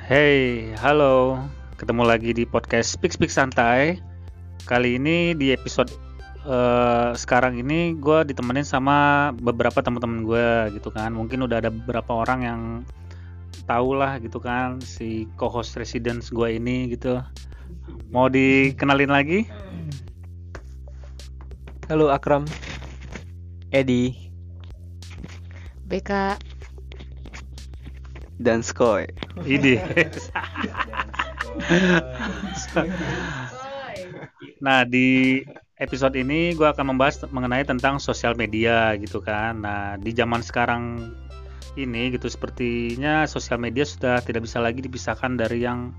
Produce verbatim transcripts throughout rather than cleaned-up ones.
Hey, halo. Ketemu lagi di podcast Speak Speak Santai. Kali ini di episode uh, sekarang ini gue ditemenin sama beberapa teman-teman gue gitu kan. Mungkin udah ada beberapa orang yang tahu lah gitu kan si co-host residence gue ini gitu. Mau dikenalin lagi? Halo Akram, Edi, B K. dan Skoy. Ide. Nah, di episode ini gue akan membahas mengenai tentang sosial media gitu kan. Nah, di zaman sekarang ini gitu sepertinya sosial media sudah tidak bisa lagi dipisahkan dari yang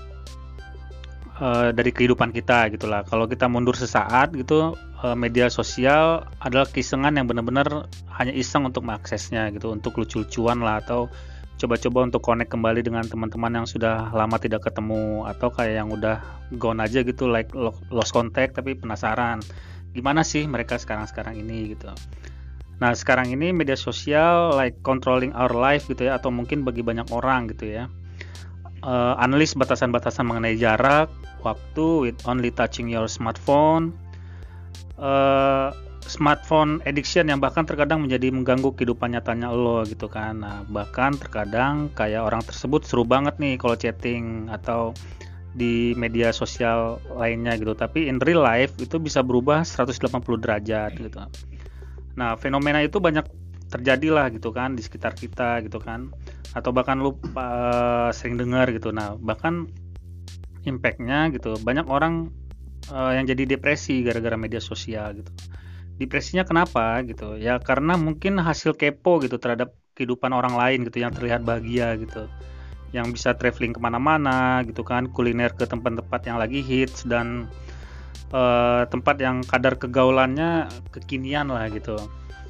uh, dari kehidupan kita gitulah. Kalau kita mundur sesaat gitu, uh, media sosial adalah keisengan yang benar-benar hanya iseng untuk mengaksesnya gitu, untuk lucu-lucuan lah atau coba-coba untuk connect kembali dengan teman-teman yang sudah lama tidak ketemu atau kayak yang udah gone aja gitu, like lost contact tapi penasaran gimana sih mereka sekarang-sekarang ini gitu. Nah, sekarang ini media sosial like controlling our life gitu ya, atau mungkin bagi banyak orang gitu ya, uh, analis batasan-batasan mengenai jarak, waktu with only touching your smartphone, uh, smartphone addiction yang bahkan terkadang menjadi mengganggu kehidupan nyatanya lo gitu kan. Nah, bahkan terkadang kayak orang tersebut seru banget nih kalau chatting atau di media sosial lainnya gitu, tapi in real life itu bisa berubah seratus delapan puluh derajat gitu. Nah, fenomena itu banyak terjadi lah gitu kan di sekitar kita gitu kan, atau bahkan lu uh, sering dengar gitu. Nah, bahkan impact-nya gitu, banyak orang uh, yang jadi depresi gara-gara media sosial gitu. Depresinya kenapa gitu ya, karena mungkin hasil kepo gitu terhadap kehidupan orang lain gitu yang terlihat bahagia gitu, yang bisa traveling kemana-mana gitu kan, kuliner ke tempat-tempat yang lagi hits dan uh, tempat yang kadar kegaulannya kekinian lah gitu.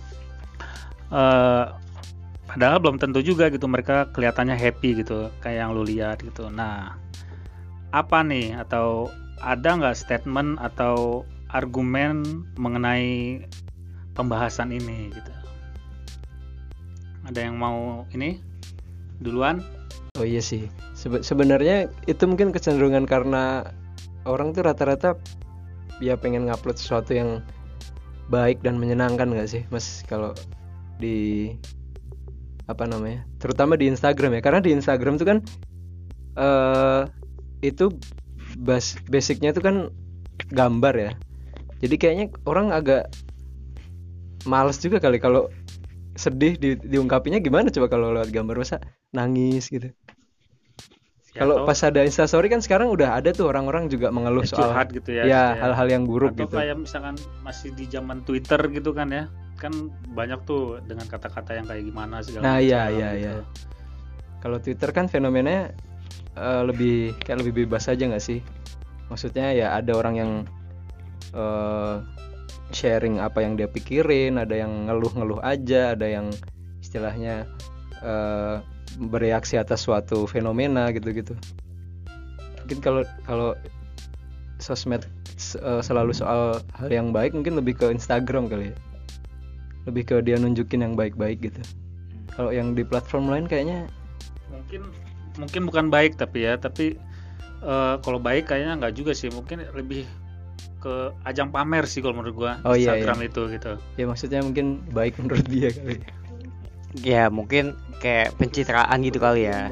Uh, padahal belum tentu juga gitu mereka kelihatannya happy gitu kayak yang lu lihat gitu. Nah, apa nih, atau ada nggak statement atau argumen mengenai pembahasan ini gitu? Ada yang mau ini duluan? Oh iya sih, Sebe- sebenarnya itu mungkin kecenderungan karena orang tuh rata-rata ya pengen ngupload sesuatu yang baik dan menyenangkan nggak sih Mas, kalau di apa namanya, terutama di Instagram ya, karena di Instagram tuh kan uh, itu bas- basicnya tuh kan gambar ya. Jadi kayaknya orang agak males juga kali kalau sedih di, diungkapinya gimana coba kalau lewat gambar, masa nangis gitu. Ya, kalau pas ada Instastory kan sekarang udah ada tuh orang-orang juga mengeluh soal curhat gitu ya, ya hal-hal yang buruk atau gitu. Atau kayak misalkan masih di zaman Twitter gitu kan ya, kan banyak tuh dengan kata-kata yang kayak gimana segala nah, macam. Nah iya iya gitu. iya. Kalau Twitter kan fenomenanya uh, lebih kayak lebih bebas aja nggak sih? Maksudnya ya ada orang yang Uh, sharing apa yang dia pikirin, ada yang ngeluh-ngeluh aja, ada yang istilahnya uh, bereaksi atas suatu fenomena gitu-gitu. Mungkin kalau kalau sosmed uh, selalu soal hal yang baik, mungkin lebih ke Instagram kali ya, lebih ke dia nunjukin yang baik-baik gitu. Kalau yang di platform lain kayaknya mungkin mungkin bukan baik tapi ya, tapi uh, kalau baik kayaknya nggak juga sih, mungkin lebih ke ajang pamer sih kalau menurut gua. Oh, Instagram iya, iya. itu gitu. Ya maksudnya mungkin baik menurut dia kali. Ya mungkin kayak pencitraan gitu kali ya.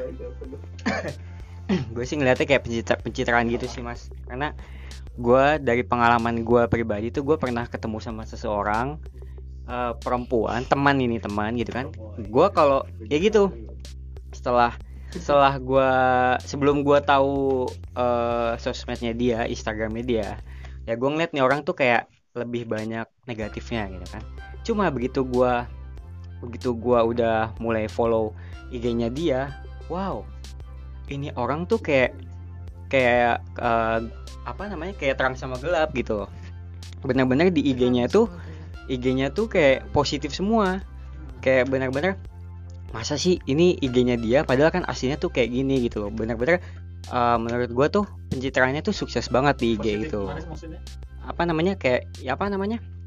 Gue sih ngeliatnya kayak pencitra- pencitraan gitu sih Mas. Karena gue dari pengalaman gue pribadi tuh, gue pernah ketemu sama seseorang uh, perempuan, teman ini teman gitu kan. Gue kalau ya gitu, setelah setelah gue sebelum gue tahu uh, sosmednya dia, Instagramnya dia, ya gue ngeliat nih orang tuh kayak lebih banyak negatifnya gitu kan. Cuma begitu gue begitu gue udah mulai follow I G-nya dia, wow, ini orang tuh kayak kayak uh, apa namanya, kayak terang sama gelap gitu. Benar-benar di I G-nya tuh I G-nya tuh kayak positif semua, kayak benar-benar masa sih ini I G-nya dia padahal kan aslinya tuh kayak gini gitu. Benar-benar uh, menurut gue tuh pencitraannya tuh sukses banget di I G itu. Apa namanya, kayak ya apa namanya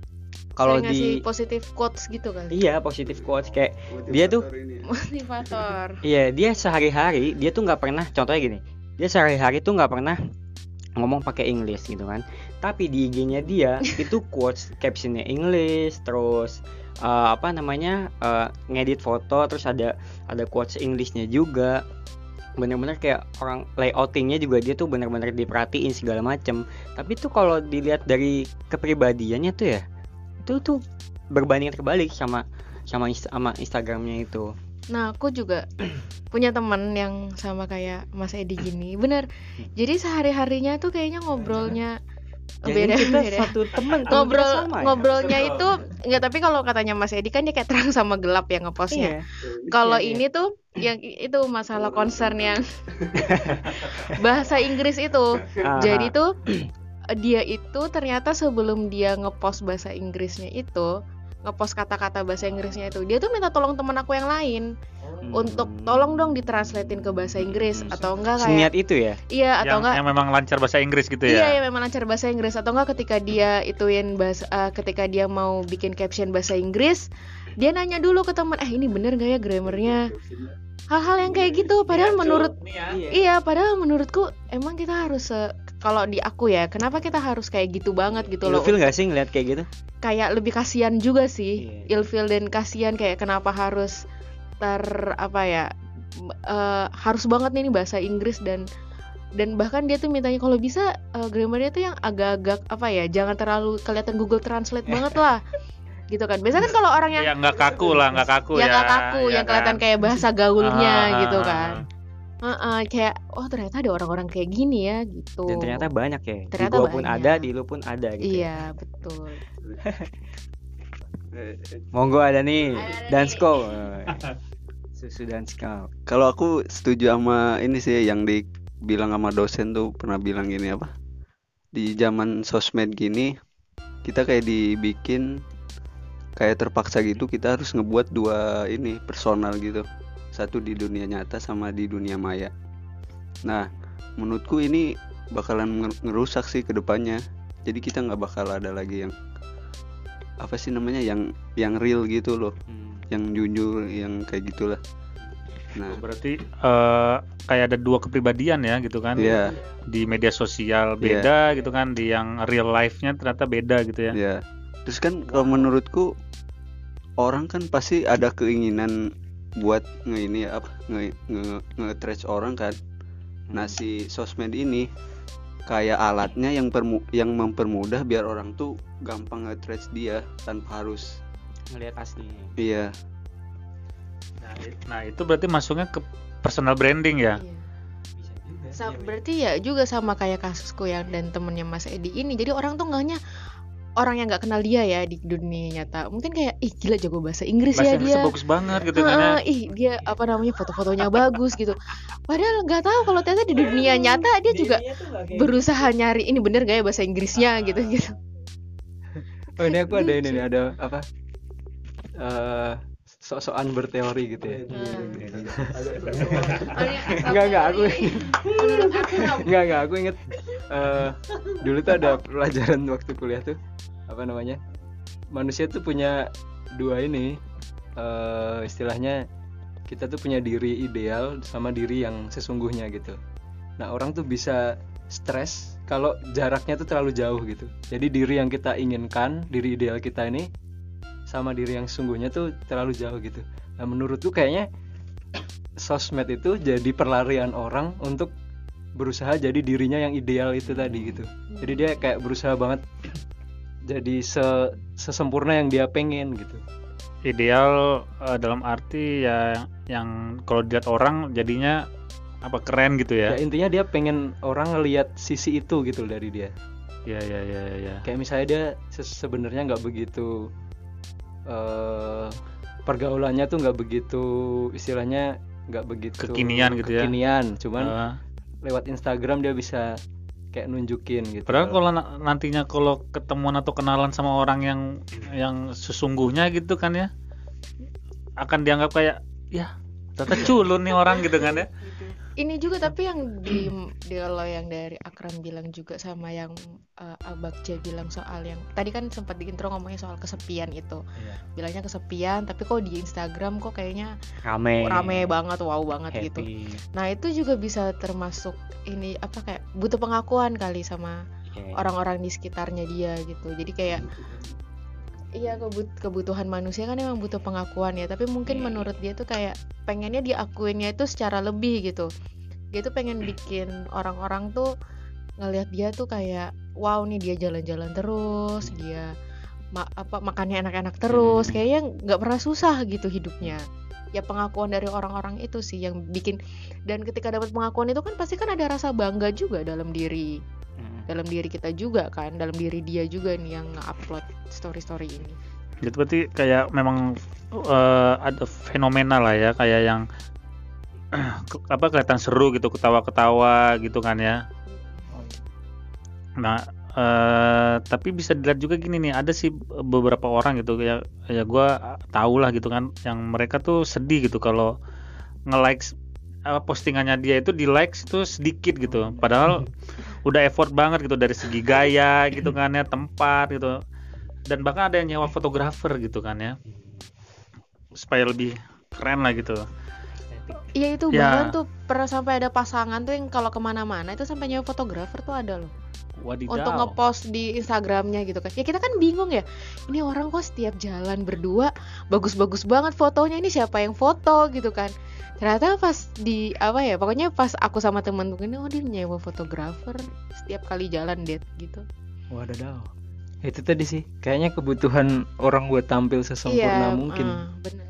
kalau Sering ngasih di positive quotes gitu kan. iya positive quotes kayak dia tuh Motivator. iya dia sehari-hari dia tuh nggak pernah, contohnya gini, dia sehari-hari tuh nggak pernah ngomong pakai English gitu kan, tapi di I G-nya dia itu quotes captionnya English, terus uh, apa namanya uh, ngedit foto, terus ada ada quotes Englishnya juga, bener-bener kayak orang layoutingnya juga dia tuh bener-bener diperhatiin segala macem. Tapi tuh kalau dilihat dari kepribadiannya tuh ya itu tuh berbanding terbalik sama sama inst- sama Instagramnya itu. Nah, aku juga punya teman yang sama kayak Mas Edi gini. Bener. Jadi sehari-harinya tuh kayaknya ngobrolnya Jangan kita satu teman ngobrol sama ya? ngobrolnya itu enggak, tapi kalau katanya Mas Edi kan dia kayak terang sama gelap ya ngepostnya. Iya. Kalau Iya, iya. ini tuh yang itu masalah concern yang bahasa Inggris itu. Aha. Jadi tuh dia itu ternyata sebelum dia ngepost bahasa Inggrisnya itu, ngepost kata-kata bahasa Inggrisnya itu, dia tuh minta tolong teman aku yang lain untuk tolong dong ditranslatein ke bahasa Inggris atau enggak kayak Seniat itu ya? iya atau yang, enggak yang memang lancar bahasa Inggris gitu iya ya. ya memang lancar bahasa Inggris, atau enggak ketika dia ituin bahasa uh, ketika dia mau bikin caption bahasa Inggris, dia nanya dulu ke teman, eh ini bener gak ya grammarnya, hal-hal yang kayak gitu. Padahal menurut iya padahal menurutku emang kita harus se- kalau di aku ya, kenapa kita harus kayak gitu banget gitu loh. Ilfil gak sih ngeliat kayak gitu? Kayak lebih kasihan juga sih, Iya. ilfil dan kasihan, kayak kenapa harus ter apa ya m- eh, harus banget nih ini bahasa Inggris, dan dan bahkan dia tuh mintanya kalau bisa eh, grammarnya tuh yang agak-agak apa ya, jangan terlalu kelihatan Google Translate banget lah gitu kan. Biasanya kan kalau orang yang Ya nggak kaku lah, nggak kaku yang ya. nggak kaku, ya yang kelihatan kan? kayak bahasa gaulnya Ah, gitu ah, kan. ah. Heeh, kayak oh ternyata ada orang-orang kayak gini ya gitu. Dan ternyata banyak ya. Ternyata di gua pun banyak. ada, di lu pun ada gitu. Iya betul. Monggo ada nih, Ada Dansko. Susu Dansko. Kalau aku setuju sama ini sih yang dibilang sama dosen tuh, pernah bilang gini apa? Di zaman sosmed gini kita kayak dibikin kayak terpaksa gitu, kita harus ngebuat dua ini personal gitu. Satu di dunia nyata sama di dunia maya. Nah, menurutku ini bakalan nger- ngerusak sih ke depannya. Jadi kita nggak bakal ada lagi yang apa sih namanya yang yang real gitu loh, yang jujur, yang kayak gitulah. Nah, Berarti eh, kayak ada dua kepribadian ya gitu kan. iya, Di media sosial beda gitu kan, di yang real life-nya ternyata beda gitu ya. iya. Terus kan kalau menurutku orang kan pasti ada keinginan buat nge ini ya, apa nge nge, nge-trash orang kan. Nah, si sosmed ini kayak alatnya yang permu- yang mempermudah biar orang tuh gampang nge-trash dia tanpa harus Ngelihat aslinya. iya. Nah, it- nah, itu berarti masuknya ke personal branding ya. Iya. Sa- berarti ya juga sama kayak kasusku yang dan temennya Mas Edi ini. Jadi orang tuh ngehnya orang yang nggak kenal dia ya di dunia nyata, mungkin kayak ih gila jago bahasa Inggris Bahasa ya Inggrisnya dia. bagus banget gitu kan ya. Heeh, ih dia apa namanya foto-fotonya bagus gitu. Padahal nggak tahu kalau ternyata di dunia nyata dia juga berusaha nyari ini bener gak ya bahasa Inggrisnya gitu gitu. Oh ini aku ada ini nih, ada apa? Eh sok-sokan berteori gitu ya. Enggak enggak aku enggak enggak aku inget eh dulu tuh ada pelajaran waktu kuliah tuh apa namanya? Manusia tuh punya dua ini eh istilahnya kita tuh punya diri ideal sama diri yang sesungguhnya gitu. Nah, orang tuh bisa stres kalau jaraknya tuh terlalu jauh gitu. Jadi diri yang kita inginkan, diri ideal kita ini sama diri yang sesungguhnya tuh terlalu jauh gitu. Nah, menurutku kayaknya sosmed itu jadi perlarian orang untuk berusaha jadi dirinya yang ideal itu tadi gitu. Jadi dia kayak berusaha banget jadi se- sesempurna yang dia pengen gitu. Ideal eh, dalam arti ya yang kalau dilihat orang jadinya apa keren gitu Ya ya. intinya dia pengen orang ngelihat sisi itu gitu dari dia. Ya ya ya ya. Kayak misalnya dia se- sebenarnya nggak begitu eh pergaulannya tuh nggak begitu istilahnya nggak begitu Kekinian gitu ya. kekinian, cuman Eh, lewat Instagram dia bisa kayak nunjukin gitu. Padahal kalau na- nantinya kalau ketemuan atau kenalan sama orang yang yang sesungguhnya gitu kan ya, akan dianggap kayak ya ternyata culun nih orang gitu kan ya. Ini juga tapi yang di, di kalau yang dari Akram bilang juga sama yang uh, Abagja bilang soal yang tadi kan sempat di intro ngomongnya soal kesepian itu. Iya. Bilangnya kesepian tapi kok di Instagram kok kayaknya Rame. rame banget, wow banget gitu. Happy. Nah, itu juga bisa termasuk ini apa kayak butuh pengakuan kali sama Oke. orang-orang di sekitarnya dia gitu. Jadi kayak iya kebut- kebutuhan manusia kan emang butuh pengakuan ya, tapi mungkin Iya, menurut dia tuh kayak pengennya diakuinnya itu secara lebih gitu. Dia tuh pengen bikin orang-orang tuh ngelihat dia tuh kayak wow nih dia jalan-jalan terus, dia ma- apa makannya enak-enak terus, Hmm. kayaknya nggak pernah susah gitu hidupnya. Ya pengakuan dari orang-orang itu sih yang bikin, dan ketika dapat pengakuan itu kan pasti kan ada rasa bangga juga dalam diri Hmm. dalam diri kita juga kan, dalam diri dia juga nih yang nge-upload story-story ini. Gitu berarti kayak memang eh, ada fenomena lah ya, kayak yang ke- apa kelihatan seru gitu, ketawa-ketawa gitu kan ya. Nah, eh, tapi bisa dilihat juga gini nih, ada sih beberapa orang gitu ya, ya gue tahu lah gitu kan, yang mereka tuh sedih gitu kalau nge-likes apa postingannya dia itu di likes itu sedikit gitu, padahal udah effort banget gitu dari segi gaya gitu kan ya, tempat gitu, dan bahkan ada yang nyewa fotografer gitu kan ya, supaya lebih keren lah gitu. Iya itu Ya. bahkan tuh pernah sampai ada pasangan tuh yang kalau kemana-mana itu sampai nyewa fotografer tuh ada loh Wadidaw. untuk ngepost di Instagramnya gitu kan. Ya kita kan bingung ya, ini orang kok setiap jalan berdua bagus-bagus banget fotonya, ini siapa yang foto gitu kan. Ternyata pas di apa ya, pokoknya pas aku sama temen-temen ini, oh dia nyewa fotografer setiap kali jalan date gitu. Wadaw. Itu tadi sih, kayaknya kebutuhan orang buat tampil sesempurna mungkin. ah, bener.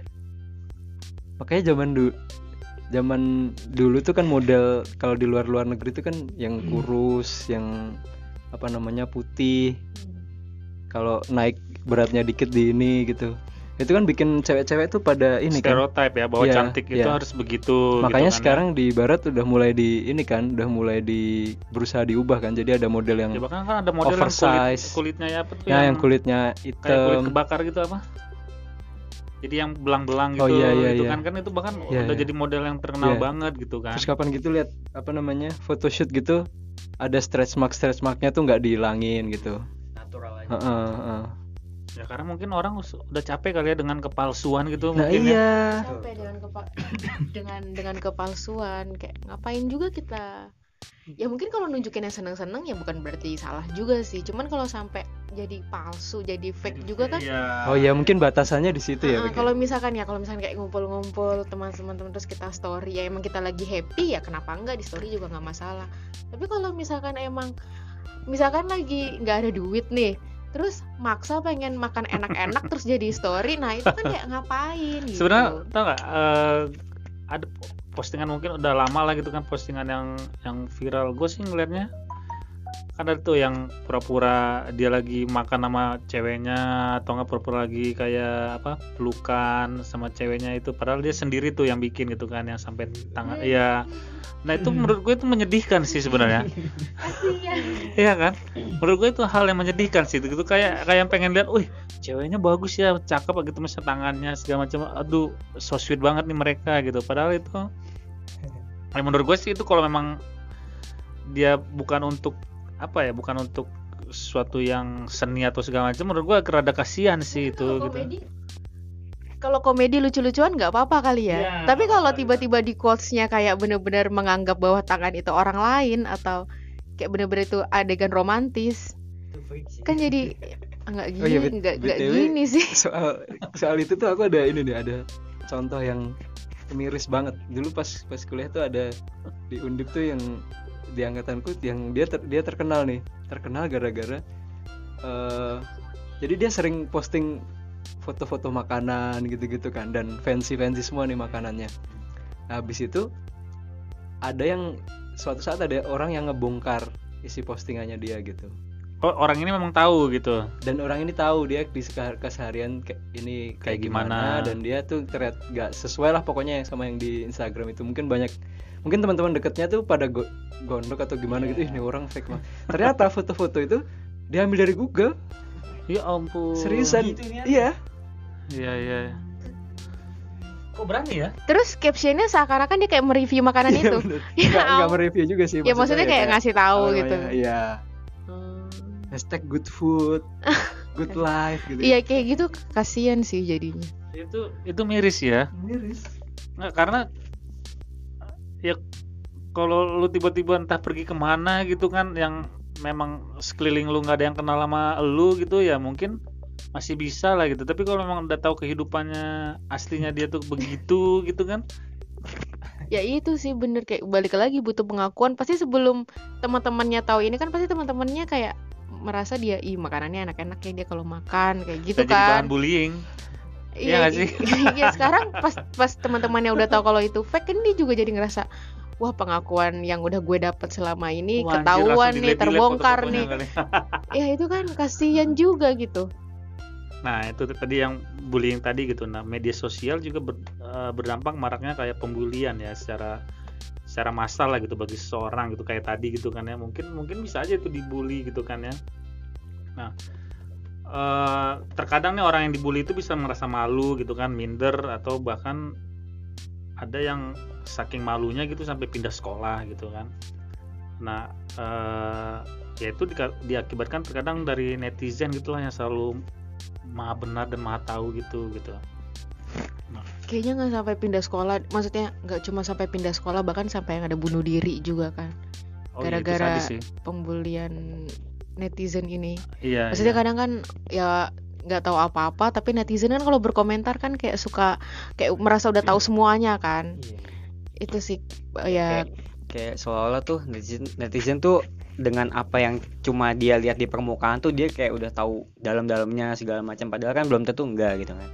Makanya zaman dulu zaman dulu tuh kan model kalau di luar-luar negeri tuh kan yang kurus, yang apa namanya putih. Kalau naik beratnya dikit di ini gitu. Itu kan bikin cewek-cewek tuh pada ini kan. Stereotype ya, bahwa Iya, cantik itu iya. harus begitu. Makanya gitu kan, sekarang di barat udah mulai di ini kan, udah mulai di berusaha diubah kan. Jadi ada model yang ya. Ya bahkan kan ada model yang kulit, oversize. kulitnya ya apa tuh ya yang kulitnya kayak kulit hitam. kebakar gitu apa? Jadi yang belang-belang gitu, Oh, iya, iya, gitu iya. kan kan itu bahkan Iya, udah iya. jadi model yang terkenal Iya. banget gitu kan. Terus kapan gitu lihat apa namanya photoshoot gitu, ada stretch mark stretch marknya tuh nggak dihilangin gitu. Natural aja. Heeh, heeh. Ya karena mungkin orang us- udah capek kali ya dengan kepalsuan gitu Nah mungkin ya. iya. Capek dengan kepa- dengan dengan kepalsuan, kayak ngapain juga kita. Ya mungkin kalau nunjukin yang seneng-seneng ya bukan berarti salah juga sih, cuman kalau sampai jadi palsu, jadi fake juga kan. Iya. Oh ya mungkin batasannya di situ ya. Ah, Bek, ya? kalau misalkan ya, kalau misalkan kayak ngumpul-ngumpul teman-teman terus kita story, ya emang kita lagi happy ya kenapa enggak di story juga nggak masalah. Tapi kalau misalkan emang misalkan lagi nggak ada duit nih, terus maksa pengen makan enak-enak terus jadi story, nah itu kan kayak ngapain gitu. Sebenarnya tau nggak eh, ada postingan mungkin udah lama lah gitu kan, postingan yang yang viral. Gue sih ngeliatnya kan ada tuh yang pura-pura dia lagi makan sama ceweknya, atau nggak pura-pura lagi kayak apa pelukan sama ceweknya itu, padahal dia sendiri tuh yang bikin gitu kan, yang sampai tangan ya. Nah itu menurut gue itu menyedihkan sih sebenarnya. Iya kan, menurut gue itu hal yang menyedihkan sih gitu, kayak kayak yang pengen lihat, wih ceweknya bagus ya, cakep gitu, misalnya tangannya segala macam, aduh so sweet banget nih mereka gitu, padahal itu ya menurut gue sih itu kalau memang dia bukan untuk apa ya, bukan untuk sesuatu yang seni atau segala macam, menurut gue rada kasihan sih itu Kalau gitu. komedi, kalau komedi lucu-lucuan nggak apa-apa kali ya. Iya, Tapi nggak kalau apa-apa tiba-tiba di quotes-nya kayak bener-bener menganggap bahwa tangan itu orang lain, atau kayak bener-bener itu adegan romantis, kan jadi nggak gini, Oh iya, B- nggak nggak B T W gini sih. soal soal itu tuh aku ada ini nih, ada contoh yang miris banget. Dulu pas pas kuliah tuh ada di Undip tuh yang di angkatanku yang dia ter, dia terkenal nih, terkenal gara-gara eh jadi dia sering posting foto-foto makanan gitu-gitu kan, dan fancy-fancy semua nih makanannya. Nah, habis itu ada yang suatu saat ada orang yang ngebongkar isi postingannya dia gitu. Oh, orang ini memang tahu gitu. Dan orang ini tahu dia di seka- keseharian kayak ini kayak, Kayak gimana, gimana. dan dia tuh terlihat gak sesuai lah pokoknya sama yang di Instagram itu. Mungkin banyak, mungkin teman-teman dekatnya tuh pada go- gondok atau gimana gitu, "Ih, ini orang fake mah." Ternyata foto-foto itu diambil dari Google. Ya ampun. Seriusan. Gitu, Nian? Iya. Iya iya. Kok berani ya? Terus captionnya seakan-akan dia kayak mereview makanan itu. Ya Nggak, nggak ampun. mereview juga sih. Ya maksudnya kayak ngasih tahu apa gitu. namanya, Iya. Hmm. Hashtag good food, good life gitu. Iya kayak gitu kasihan sih jadinya. Itu itu miris ya. Miris. Nggak, karena ya kalau lu tiba-tiba entah pergi kemana gitu kan, yang memang sekeliling lu nggak ada yang kenal sama lu gitu, ya mungkin masih bisa lah gitu. Tapi kalau memang udah tahu kehidupannya aslinya dia tuh begitu gitu kan, Ya itu sih bener, kayak balik lagi butuh pengakuan. Pasti sebelum teman-temannya tahu ini kan pasti teman-temannya kayak merasa dia ih makanannya enak-enak ya dia kalau makan kayak gitu bisa jadi bahan kan. bullying. Iya Iya nggak sih? Iya sekarang pas pas teman-temannya udah tahu kalau itu fake kan dia juga jadi ngerasa wah pengakuan yang udah gue dapat selama ini Wah, anjir, ketahuan langsung nih, delete-delete terbongkar foto-fotonya nih. kali. Ya itu kan kasihan juga gitu. Nah itu tadi yang bullying tadi gitu. Nah media sosial juga ber- eh, berdampak maraknya kayak pembulian ya secara secara massal lah gitu bagi seseorang gitu, kayak tadi gitu kan ya, mungkin mungkin bisa aja itu dibully gitu kan ya. Nah eh, terkadang nih orang yang dibully itu bisa merasa malu gitu kan, minder, atau bahkan ada yang saking malunya gitu sampai pindah sekolah gitu kan. Nah eh, ya itu di- diakibatkan terkadang dari netizen gitulah yang selalu maha benar dan maha tahu gitu gitu. Kayaknya nggak sampai pindah sekolah, maksudnya nggak cuma sampai pindah sekolah, bahkan sampai yang ada bunuh diri juga kan, Oh iya, itu gara-gara sadis sih. pembulian netizen ini. Iya. Maksudnya iya. kadang kan ya nggak tahu apa-apa, tapi netizen kan kalau berkomentar kan kayak suka kayak merasa udah tahu semuanya kan. Iya. Itu sih ya Kayak, kayak seolah-olah tuh netizen, netizen tuh dengan apa yang cuma dia lihat di permukaan tuh dia kayak udah tahu dalam-dalamnya segala macam, padahal kan belum tentu enggak gitu kan.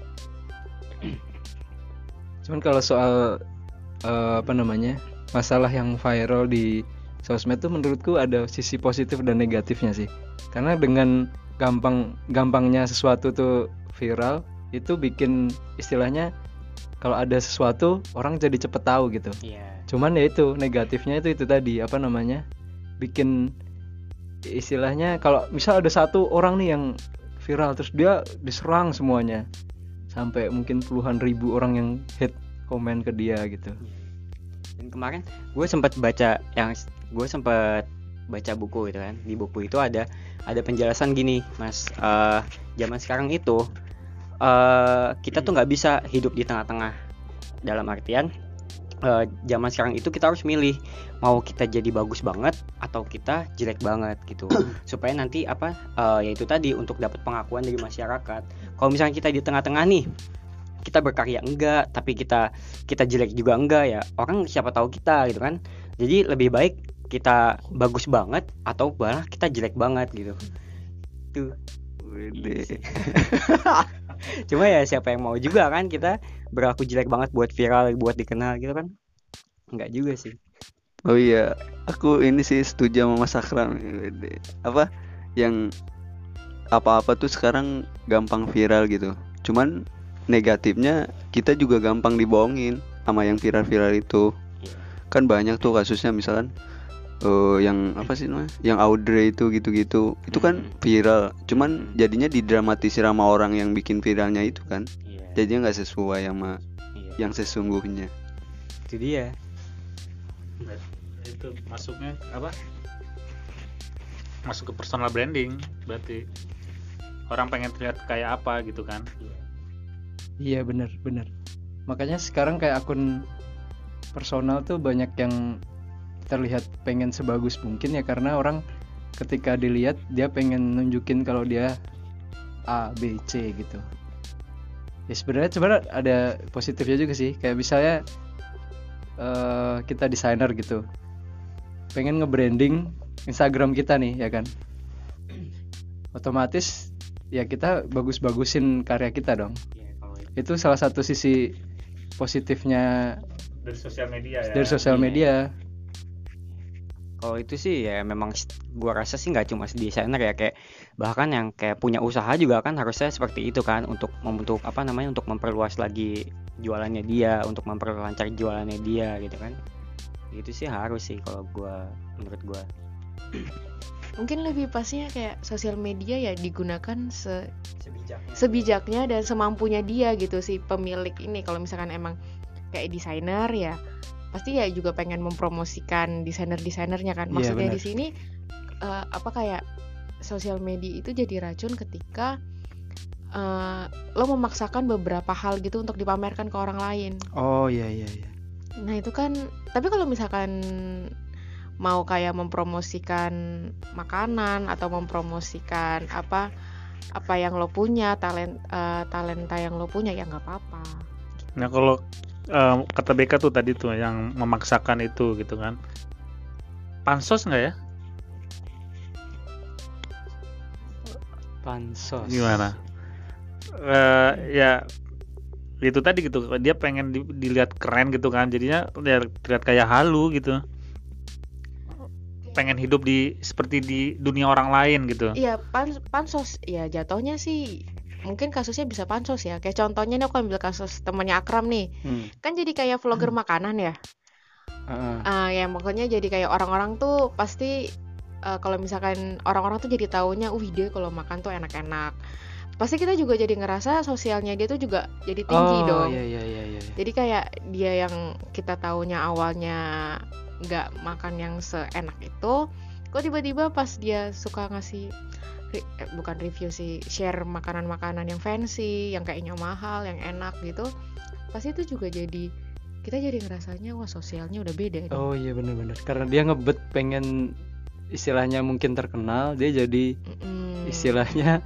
Cuman kalau soal eh, apa namanya masalah yang viral di sosmed tuh menurutku ada sisi positif dan negatifnya sih. Karena dengan gampang gampangnya sesuatu tuh viral itu bikin istilahnya kalau ada sesuatu orang jadi cepet tahu gitu. Iya. Cuman ya itu negatifnya itu itu tadi apa namanya bikin istilahnya kalau misal ada satu orang nih yang viral terus dia diserang semuanya sampai mungkin puluhan ribu orang yang hate komen ke dia gitu. Dan kemarin gue sempat baca yang gue sempat baca buku gitu kan. Di buku itu ada ada penjelasan gini, Mas. Eh, zaman sekarang itu eh, kita tuh nggak bisa hidup di tengah-tengah. Dalam artian eh, zaman sekarang itu kita harus milih mau kita jadi bagus banget atau kita jelek banget gitu. Supaya nanti apa eh, yaitu tadi untuk dapat pengakuan dari masyarakat. Kalau misalnya kita di tengah-tengah nih, kita berkarya enggak, tapi kita kita jelek juga enggak, ya orang siapa tahu kita gitu kan. Jadi lebih baik kita bagus banget atau malah kita jelek banget gitu. Tuh. Wede. Cuma ya siapa yang mau juga kan kita berlaku jelek banget buat viral, buat dikenal gitu kan. Enggak juga sih. Oh iya, aku ini sih setuju sama Mas Akram. Wede. Apa yang apa-apa tuh sekarang gampang viral gitu. Cuman negatifnya kita juga gampang dibohongin sama yang viral-viral itu. Kan banyak tuh kasusnya misalkan eh, yang apa sih namanya? Yang Audrey itu gitu-gitu. Itu kan viral. Cuman jadinya didramatisir sama orang yang bikin viralnya itu kan. Iya. Jadinya nggak sesuai sama Iya. yang sesungguhnya. Itu dia. Itu masuknya apa? Masuk ke personal branding berarti. Orang pengen terlihat kayak apa gitu kan. Iya bener bener. Makanya sekarang kayak akun personal tuh banyak yang terlihat pengen sebagus mungkin ya, karena orang ketika dilihat dia pengen nunjukin kalau dia A, B, C gitu. Ya sebenarnya sebenarnya ada positifnya juga sih. Kayak misalnya eh, kita desainer gitu, pengen nge-branding Instagram kita nih ya kan. Otomatis ya kita bagus-bagusin karya kita dong. Iya, kalau Itu salah satu sisi positifnya Dari sosial media ya. dari sosial Iya. media. Kalau itu sih ya memang s- gua rasa sih nggak cuma desainer ya, kayak bahkan yang kayak punya usaha juga kan harusnya seperti itu kan, untuk untuk apa namanya untuk memperluas lagi jualannya dia, untuk memperlancar jualannya dia gitu kan. Itu sih harus sih kalau gua menurut gua. mungkin lebih pasnya kayak sosial media ya digunakan se Sebijaknya. sebijaknya dan semampunya dia gitu si pemilik ini. Kalau misalkan emang kayak desainer ya pasti ya juga pengen mempromosikan desainer-desainernya kan. Iya, Maksudnya benar. di sini eh, apa kayak sosial media itu jadi racun ketika eh, lo memaksakan beberapa hal gitu untuk dipamerkan ke orang lain. Oh iya iya iya. Nah itu kan, tapi kalau misalkan mau kayak mempromosikan makanan atau mempromosikan apa apa yang lo punya, talent eh, talenta yang lo punya ya nggak apa-apa. Nah kalau eh, kata B K tuh tadi tuh yang memaksakan itu gitu kan, pansos nggak ya? Pansos. Gimana? Eh, ya itu tadi gitu, dia pengen di- dilihat keren gitu kan, jadinya ya terlihat kayak halu gitu, pengen hidup di seperti di dunia orang lain gitu. Iya, pan- pansos ya jatuhnya sih mungkin kasusnya bisa pansos ya. Kayak contohnya nih aku ambil kasus temannya Akram nih. Hmm. Kan jadi kayak vlogger makanan ya. Heeh. Ah, ya makanya jadi kayak orang-orang tuh pasti eh, kalau misalkan orang-orang tuh jadi taunya, "Wih, dia kalau makan tuh enak-enak." Pasti kita juga jadi ngerasa sosialnya dia tuh juga jadi tinggi Oh dong. iya iya iya iya. Jadi kayak dia yang kita taunya awalnya nggak makan yang seenak itu, kok tiba-tiba pas dia suka ngasih re- eh, bukan review sih, share makanan-makanan yang fancy, yang kayaknya mahal, yang enak gitu, pasti itu juga jadi kita jadi ngerasanya wah sosialnya udah beda nih. Oh iya benar-benar. Karena dia ngebet pengen istilahnya mungkin terkenal, dia jadi Mm-mm. istilahnya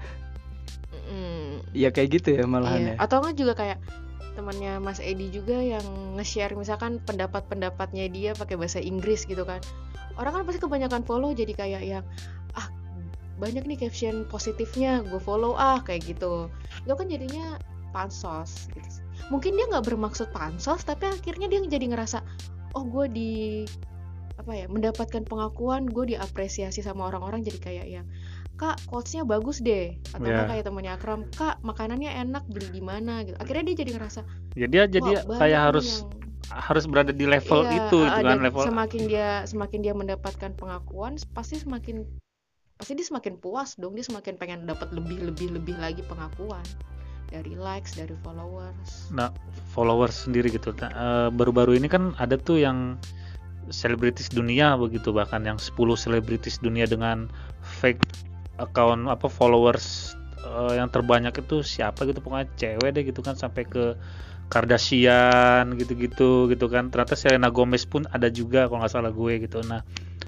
Mm-mm. ya kayak gitu ya malahan Iya. ya. Atau nggak juga kayak temannya Mas Edi juga yang nge-share misalkan pendapat-pendapatnya dia pakai bahasa Inggris gitu kan. Orang kan pasti kebanyakan follow jadi kayak yang ah banyak nih caption positifnya, gue follow ah kayak gitu. Itu kan jadinya pansos gitu. Mungkin dia nggak bermaksud pansos tapi akhirnya dia jadi ngerasa oh gue di apa ya mendapatkan pengakuan, gue diapresiasi sama orang-orang jadi kayak yang Kak, quotes-nya bagus deh. Atau Iya. nggak kayak temannya Akram, Kak, makanannya enak, beli di mana gitu. Akhirnya dia jadi ngerasa, Ya dia jadi wah, banyak kayak nih harus yang harus berada di level iya, itu uh, gitu kan, dan level semakin dia semakin dia mendapatkan pengakuan, pasti semakin pasti dia semakin puas dong, dia semakin pengen dapat lebih lebih lebih lagi pengakuan dari likes, dari followers. nah followers sendiri gitu. Nah, eh, baru-baru ini kan ada tuh yang selebritis dunia begitu, bahkan yang sepuluh selebritis dunia dengan fake account apa followers eh, yang terbanyak itu siapa gitu, pokoknya cewek deh gitu kan, sampai ke Kardashian gitu-gitu gitu kan. Ternyata Selena Gomez pun ada juga kalau nggak salah gue gitu. Nah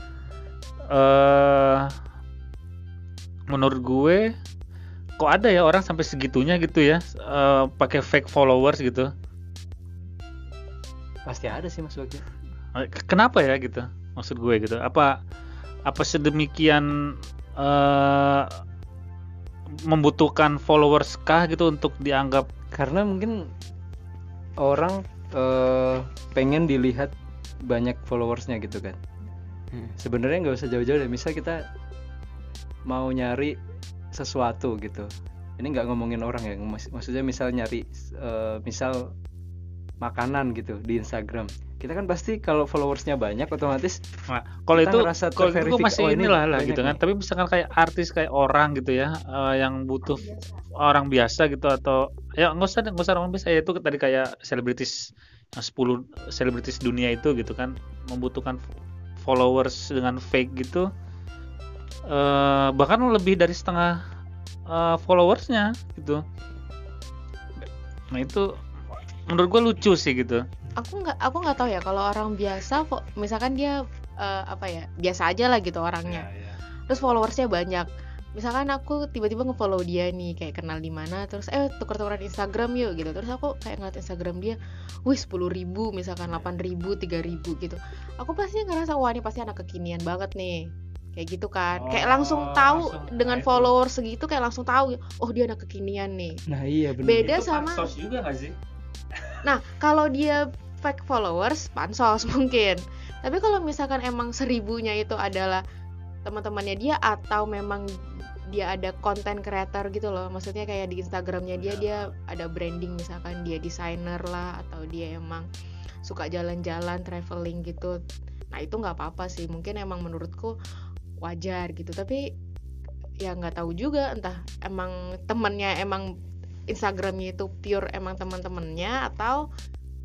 eh menurut gue kok ada ya orang sampai segitunya gitu ya, eh, pakai fake followers gitu. Pasti ada sih Mas Bagja. Eh, Kenapa ya gitu? Maksud gue gitu. Apa apa sedemikian eh, membutuhkan followers kah gitu untuk dianggap? Karena mungkin orang eh, pengen dilihat banyak followersnya gitu kan. Hmm. Sebenarnya nggak usah jauh-jauh deh. Misal kita mau nyari sesuatu gitu. Ini nggak ngomongin orang ya. Mak- Maksudnya misal nyari eh, misal makanan gitu di Instagram. Kita kan pasti kalau followersnya banyak otomatis Nah, kalau Kita itu ngerasa kalau itu gue terverifikasi, masih oh, ini inilah lah banyak gitu kan. nih. Tapi misalkan kayak artis kayak orang gitu ya, eh, yang butuh orang biasa gitu, atau ya nggak usah nggak usah orang biasa ya, itu tadi kayak selebritis yang sepuluh selebritis dunia itu gitu kan, membutuhkan followers dengan fake gitu, eh, bahkan lebih dari setengah eh, followersnya gitu. Nah itu menurut gue lucu sih gitu. Aku nggak aku nggak tahu ya kalau orang biasa, fo- misalkan dia eh, apa ya biasa aja lah gitu orangnya. Terus followersnya banyak. Misalkan aku tiba-tiba nge-follow dia nih kayak kenal di mana, terus eh tuker-tukeran Instagram yuk gitu. Terus aku kayak ngeliat Instagram dia, wih sepuluh ribu misalkan delapan ribu, tiga ribu gitu. Aku pasti ngerasa wah ini pasti anak kekinian banget nih. Kayak gitu kan. Kayak langsung Oh, tahu langsung, dengan nah itu. follower segitu kayak langsung tahu oh dia anak kekinian nih. nah iya benar. Beda Itu sama pansos juga nggak sih? Nah, kalau dia fake followers, pansos mungkin. Tapi kalau misalkan emang seribunya itu adalah teman-temannya dia atau memang dia ada konten creator gitu loh. Maksudnya kayak di Instagramnya dia dia ada branding, misalkan dia desainer lah atau dia emang suka jalan-jalan, traveling gitu. Nah itu nggak apa-apa sih. Mungkin emang menurutku wajar gitu. Tapi ya nggak tahu juga entah emang temennya emang Instagramnya itu pure emang teman-temannya atau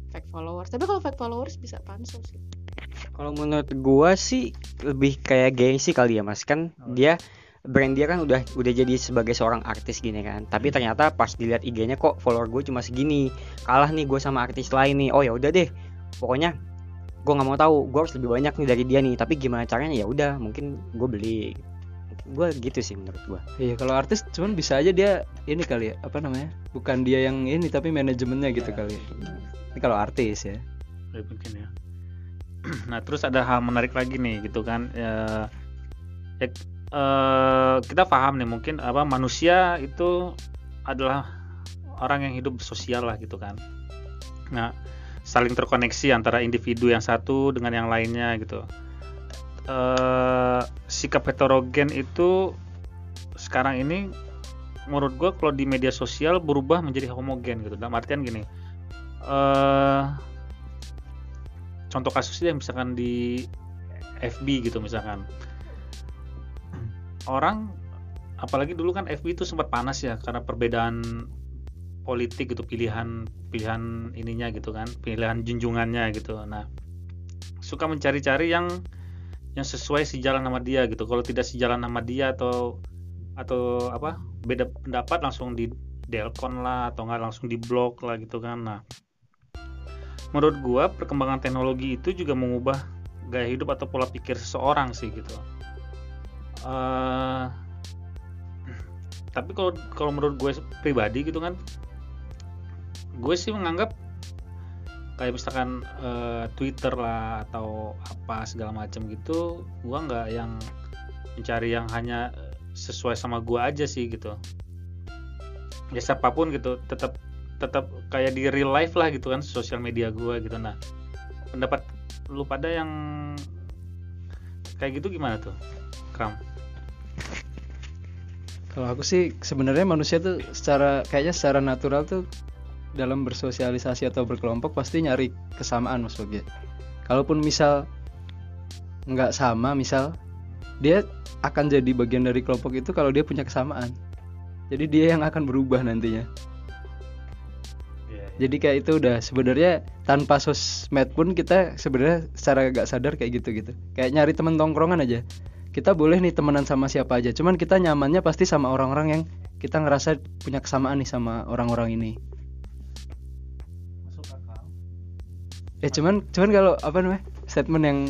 fake followers. Tapi kalau fake followers bisa pansos sih. Kalau menurut gua sih lebih kayak gengsi kali ya Mas, kan Oh. dia brand dia kan udah udah jadi sebagai seorang artis gini kan. Tapi ternyata pas dilihat I G-nya kok follower gue cuma segini. Kalah nih gue sama artis lain nih. Oh ya udah deh. Pokoknya gue nggak mau tahu, gue harus lebih banyak nih dari dia nih. Tapi gimana caranya ya udah, mungkin gue beli. Gue gitu sih menurut gue. Iya, kalau artis cuman bisa aja dia ini kali ya, apa namanya? Bukan dia yang ini tapi manajemennya gitu kali. Ini kalau artis ya. Ya, mungkin ya. Nah terus ada hal menarik lagi nih gitu kan. Ya, ya, eh, kita paham nih mungkin apa manusia itu adalah orang yang hidup sosial lah gitu kan. Nah saling terkoneksi antara individu yang satu dengan yang lainnya gitu. Eh, sikap heterogen itu sekarang ini menurut gue kalau di media sosial berubah menjadi homogen gitu. Dalam artian gini, eh, contoh kasusnya misalkan di F B gitu misalkan, orang apalagi dulu kan F B itu sempat panas ya karena perbedaan politik gitu, pilihan pilihan ininya gitu kan, pilihan junjungannya gitu. Nah suka mencari-cari yang yang sesuai sejalan sama dia gitu. Kalau tidak sejalan sama dia atau atau apa beda pendapat langsung di delkon lah atau nggak langsung di blok lah gitu kan. Nah menurut gua perkembangan teknologi itu juga mengubah gaya hidup atau pola pikir seseorang sih gitu. Uh, tapi kalau kalau menurut gue pribadi gitu kan, gue sih menganggap kayak misalkan uh, Twitter lah atau apa segala macam gitu, gue nggak yang mencari yang hanya sesuai sama gue aja sih gitu. Ya siapapun gitu, tetap tetap kayak di real life lah gitu kan, sosial media gue gitu. Nah pendapat lu pada yang kayak gitu gimana tuh, Kram? Kalau aku sih sebenarnya manusia tuh secara kayaknya secara natural tuh dalam bersosialisasi atau berkelompok pasti nyari kesamaan Mas Bogi. Kalaupun misal nggak sama, misal dia akan jadi bagian dari kelompok itu kalau dia punya kesamaan. Jadi dia yang akan berubah nantinya. Jadi kayak itu udah sebenarnya tanpa sosmed pun kita sebenarnya secara gak sadar kayak gitu-gitu. Kayak nyari teman tongkrongan aja. Kita boleh nih temenan sama siapa aja. Cuman kita nyamannya pasti sama orang-orang yang kita ngerasa punya kesamaan nih sama orang-orang ini. Eh cuman cuman kalau apa namanya statement yang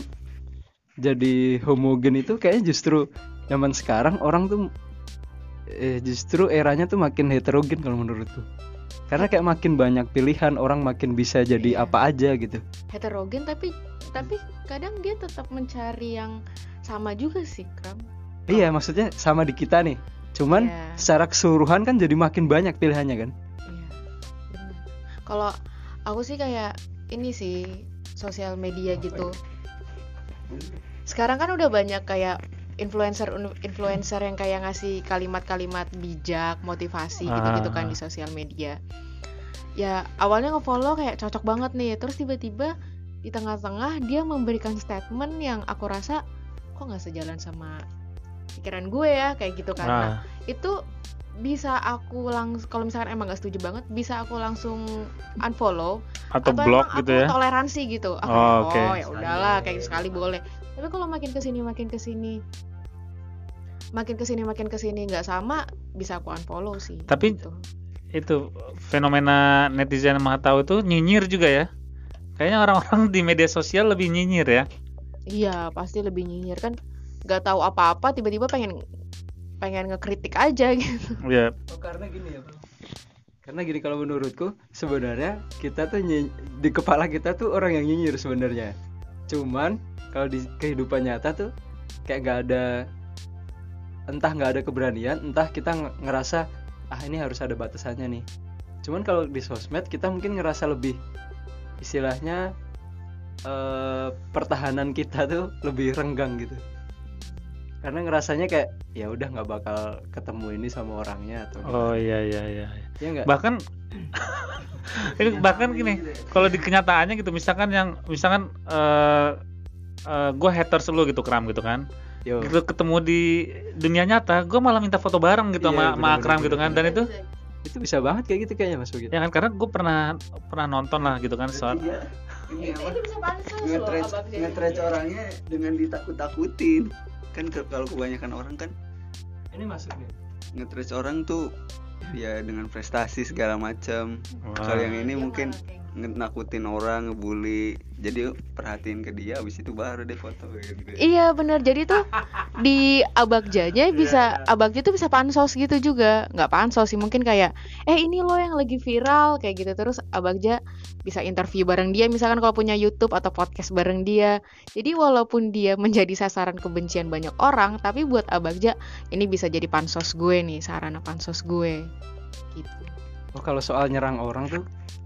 jadi homogen itu kayaknya justru zaman sekarang orang tuh eh, justru eranya tuh makin heterogen kalau menurutku. Karena kayak makin banyak pilihan, orang makin bisa jadi Iya. apa aja gitu. Heterogen tapi tapi kadang dia tetap mencari yang sama juga sih, Kram. Iya, maksudnya sama di kita nih. Cuman Iya. secara keseluruhan kan jadi makin banyak pilihannya kan. Iya, benar. Kalau aku sih kayak ini sih sosial media gitu. Sekarang kan udah banyak kayak influencer influencer yang kayak ngasih kalimat-kalimat bijak, motivasi gitu-gitu kan Ah. di sosial media. Ya awalnya ngefollow kayak cocok banget nih, terus tiba-tiba di tengah-tengah dia memberikan statement yang aku rasa kok nggak sejalan sama pikiran gue ya kayak gitu kan. Nah, Nah, itu bisa aku langsung kalau misalkan emang gak setuju banget bisa aku langsung unfollow atau atau blog emang gitu aku ya. toleransi gitu. Ah, Oh, oh oke. ya udahlah kayak sekali boleh. Tapi kalau makin kesini makin kesini makin kesini makin kesini nggak sama bisa aku unfollow sih. Tapi gitu. itu fenomena netizen yang maha tahu itu nyinyir juga ya. Kayaknya orang-orang di media sosial lebih nyinyir ya. Iya pasti lebih nyinyir kan nggak tahu apa-apa tiba-tiba pengen pengen ngekritik aja gitu. Ya, Oh, karena gini ya, Bang. Karena gini kalau menurutku sebenarnya kita tuh nyi- di kepala kita tuh orang yang nyinyir sebenarnya. Cuman kalau di kehidupan nyata tuh kayak gak ada, entah nggak ada keberanian, entah kita nge- ngerasa ah ini harus ada batasannya nih. Cuman kalau di sosmed kita mungkin ngerasa lebih istilahnya eh, pertahanan kita tuh lebih renggang gitu. Karena ngerasanya kayak ya udah nggak bakal ketemu ini sama orangnya atau oh iya iya iya. ya nggak. Bahkan ini bahkan gini, kalau di kenyataannya gitu, misalkan yang misalkan eh eh, gue haters lu gitu, Kram gitu kan. Yo. Gitu ketemu di dunia nyata, gue malah minta foto bareng gitu Iya, sama sama bener-bener, Akram gitu kan. Dan itu Itu bisa banget kayak gitu kayaknya Mas Bugit. Ya kan, karena gue pernah pernah nonton lah gitu kan soal Iya. Ini apa? Ini bisa pansos loh Nge-trace Abang Jadi. nge-trace orangnya dengan ditakut-takutin. Kan ke- kalau kebanyakan orang kan Ini masuknya. nge-trace orang tuh ya dengan prestasi segala macam. Wah. Kalau yang ini Dia mungkin malah kayak- nakutin orang, ngebully. Jadi perhatiin ke dia, abis itu baru deh foto gitu. Iya benar, jadi tuh di Abagjanya bisa Abagja tuh bisa pansos gitu juga, nggak pansos sih mungkin kayak eh ini lo yang lagi viral kayak gitu, terus Abagja bisa interview bareng dia misalkan kalau punya YouTube atau podcast bareng dia. Jadi walaupun dia menjadi sasaran kebencian banyak orang, tapi buat Abagja ini bisa jadi pansos gue nih, sarana pansos gue gitu. Oh kalau soal nyerang orang tuh,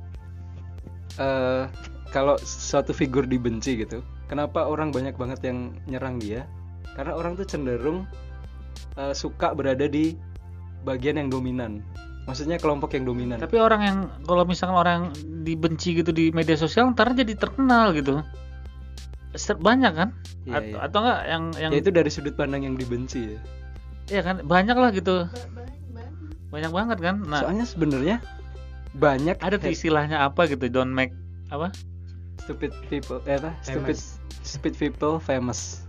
eh kalau suatu figur dibenci gitu, kenapa orang banyak banget yang nyerang dia? Karena orang tuh cenderung eh, suka berada di bagian yang dominan. Maksudnya kelompok yang dominan. Tapi orang yang kalau misalkan orang yang dibenci gitu di media sosial ntar jadi terkenal gitu. Ser- Banyak kan? Iya, At- iya. Atau enggak yang yang Ya itu dari sudut pandang yang dibenci ya. iya kan banyak lah gitu. Banyak banget kan. Nah, Soalnya sebenarnya banyak ada tuh he- istilahnya apa gitu, don't make apa? stupid people, eh apa? Stupid stupid people famous.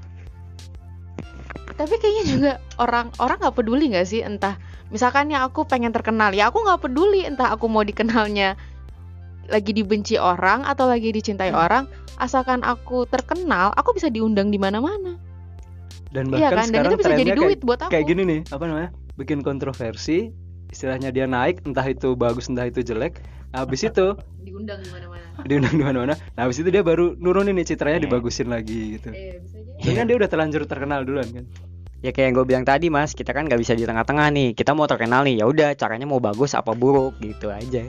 Tapi kayaknya juga orang orang nggak peduli nggak sih, entah misalkan ya aku pengen terkenal, ya aku nggak peduli entah aku mau dikenalnya lagi dibenci orang atau lagi dicintai orang, asalkan aku terkenal, aku bisa diundang di mana-mana. Dan Iya bahkan kan, dan sekarang itu bisa jadi trennya duit kayak, buat aku. kayak gini nih, apa namanya? Bikin kontroversi, istilahnya dia naik, entah itu bagus entah itu jelek. Nah, habis itu Diundang di mana-mana. diundang di mana-mana. Nah, habis itu dia baru nurunin nih citranya, dibagusin lagi gitu. Iya, bisa jadi. Soalnya kan dia udah terlanjur terkenal duluan kan. Ya kayak yang gue bilang tadi Mas, kita kan nggak bisa di tengah-tengah nih. Kita mau terkenal nih, ya udah caranya mau bagus apa buruk gitu aja.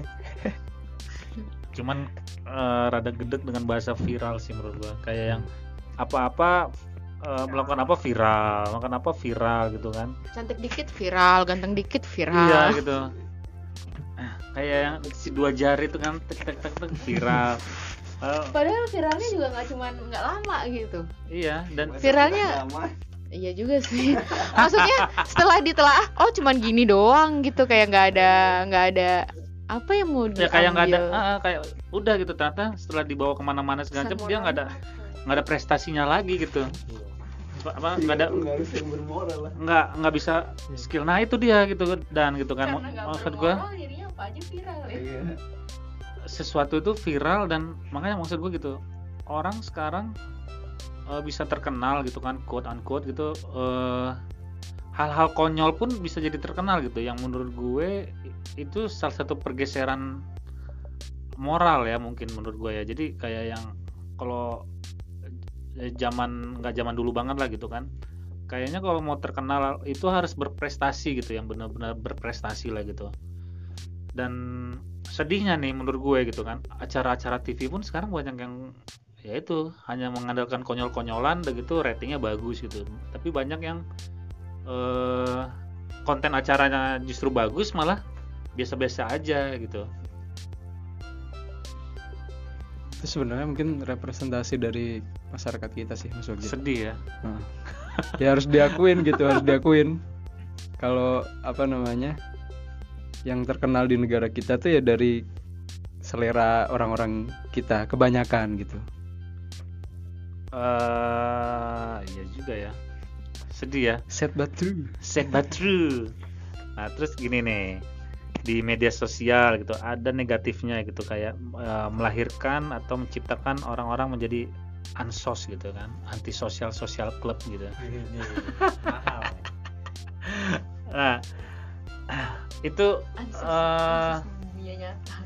Cuman eh, rada gedek dengan bahasa viral sih menurut gua. Kayak yang apa-apa eh, melakukan apa viral, melakukan apa viral gitu kan. Cantik dikit viral, ganteng dikit viral. Iya gitu. Eh, kayak yang si dua jari itu kan tek tek tek tek viral. Eh, Padahal viralnya juga nggak cuman nggak lama gitu. iya dan Viralnya iya juga sih. Maksudnya setelah ditelaah, oh cuman gini doang gitu, kayak nggak ada nggak ada apa yang mau ya diambil. kayak nggak ada ah, ah, kayak udah gitu, ternyata setelah dibawa kemana-mana segala macam dia nggak ada nggak ada prestasinya lagi gitu. Apa nggak ada Nggak harus yang bermoral lah. nggak nggak bisa skill, nah itu dia gitu dan gitu kan. Karena nggak Maksud bermoral, gua jadinya apa aja viral ya. Iya. sesuatu itu viral, dan makanya maksud gue gitu, orang sekarang eh, bisa terkenal gitu kan, quote unquote gitu, eh, hal-hal konyol pun bisa jadi terkenal gitu, yang menurut gue itu salah satu pergeseran moral ya mungkin menurut gue ya. Jadi kayak yang kalau eh, zaman nggak zaman dulu banget lah gitu kan, kayaknya kalau mau terkenal itu harus berprestasi gitu, yang benar-benar berprestasi lah gitu. Dan sedihnya nih menurut gue gitu kan, acara-acara T V pun sekarang banyak yang ya itu hanya mengandalkan konyol-konyolan dan gitu ratingnya bagus gitu, tapi banyak yang eh, konten acaranya justru bagus malah biasa-biasa aja gitu. Itu sebenarnya mungkin representasi dari masyarakat kita sih Mas Wagid. Sedih ya. Nah, ya harus diakuin gitu, harus diakuin. Kalau apa namanya, yang terkenal di negara kita tuh ya dari selera orang-orang kita kebanyakan gitu. Eh iya juga ya, sedih ya. Sad but true. Sad but true. Nah terus gini nih, di media sosial gitu ada negatifnya gitu, kayak eh, melahirkan atau menciptakan orang-orang menjadi ansos gitu kan, antisosial social club gitu. Nah itu eh, dunia nyata.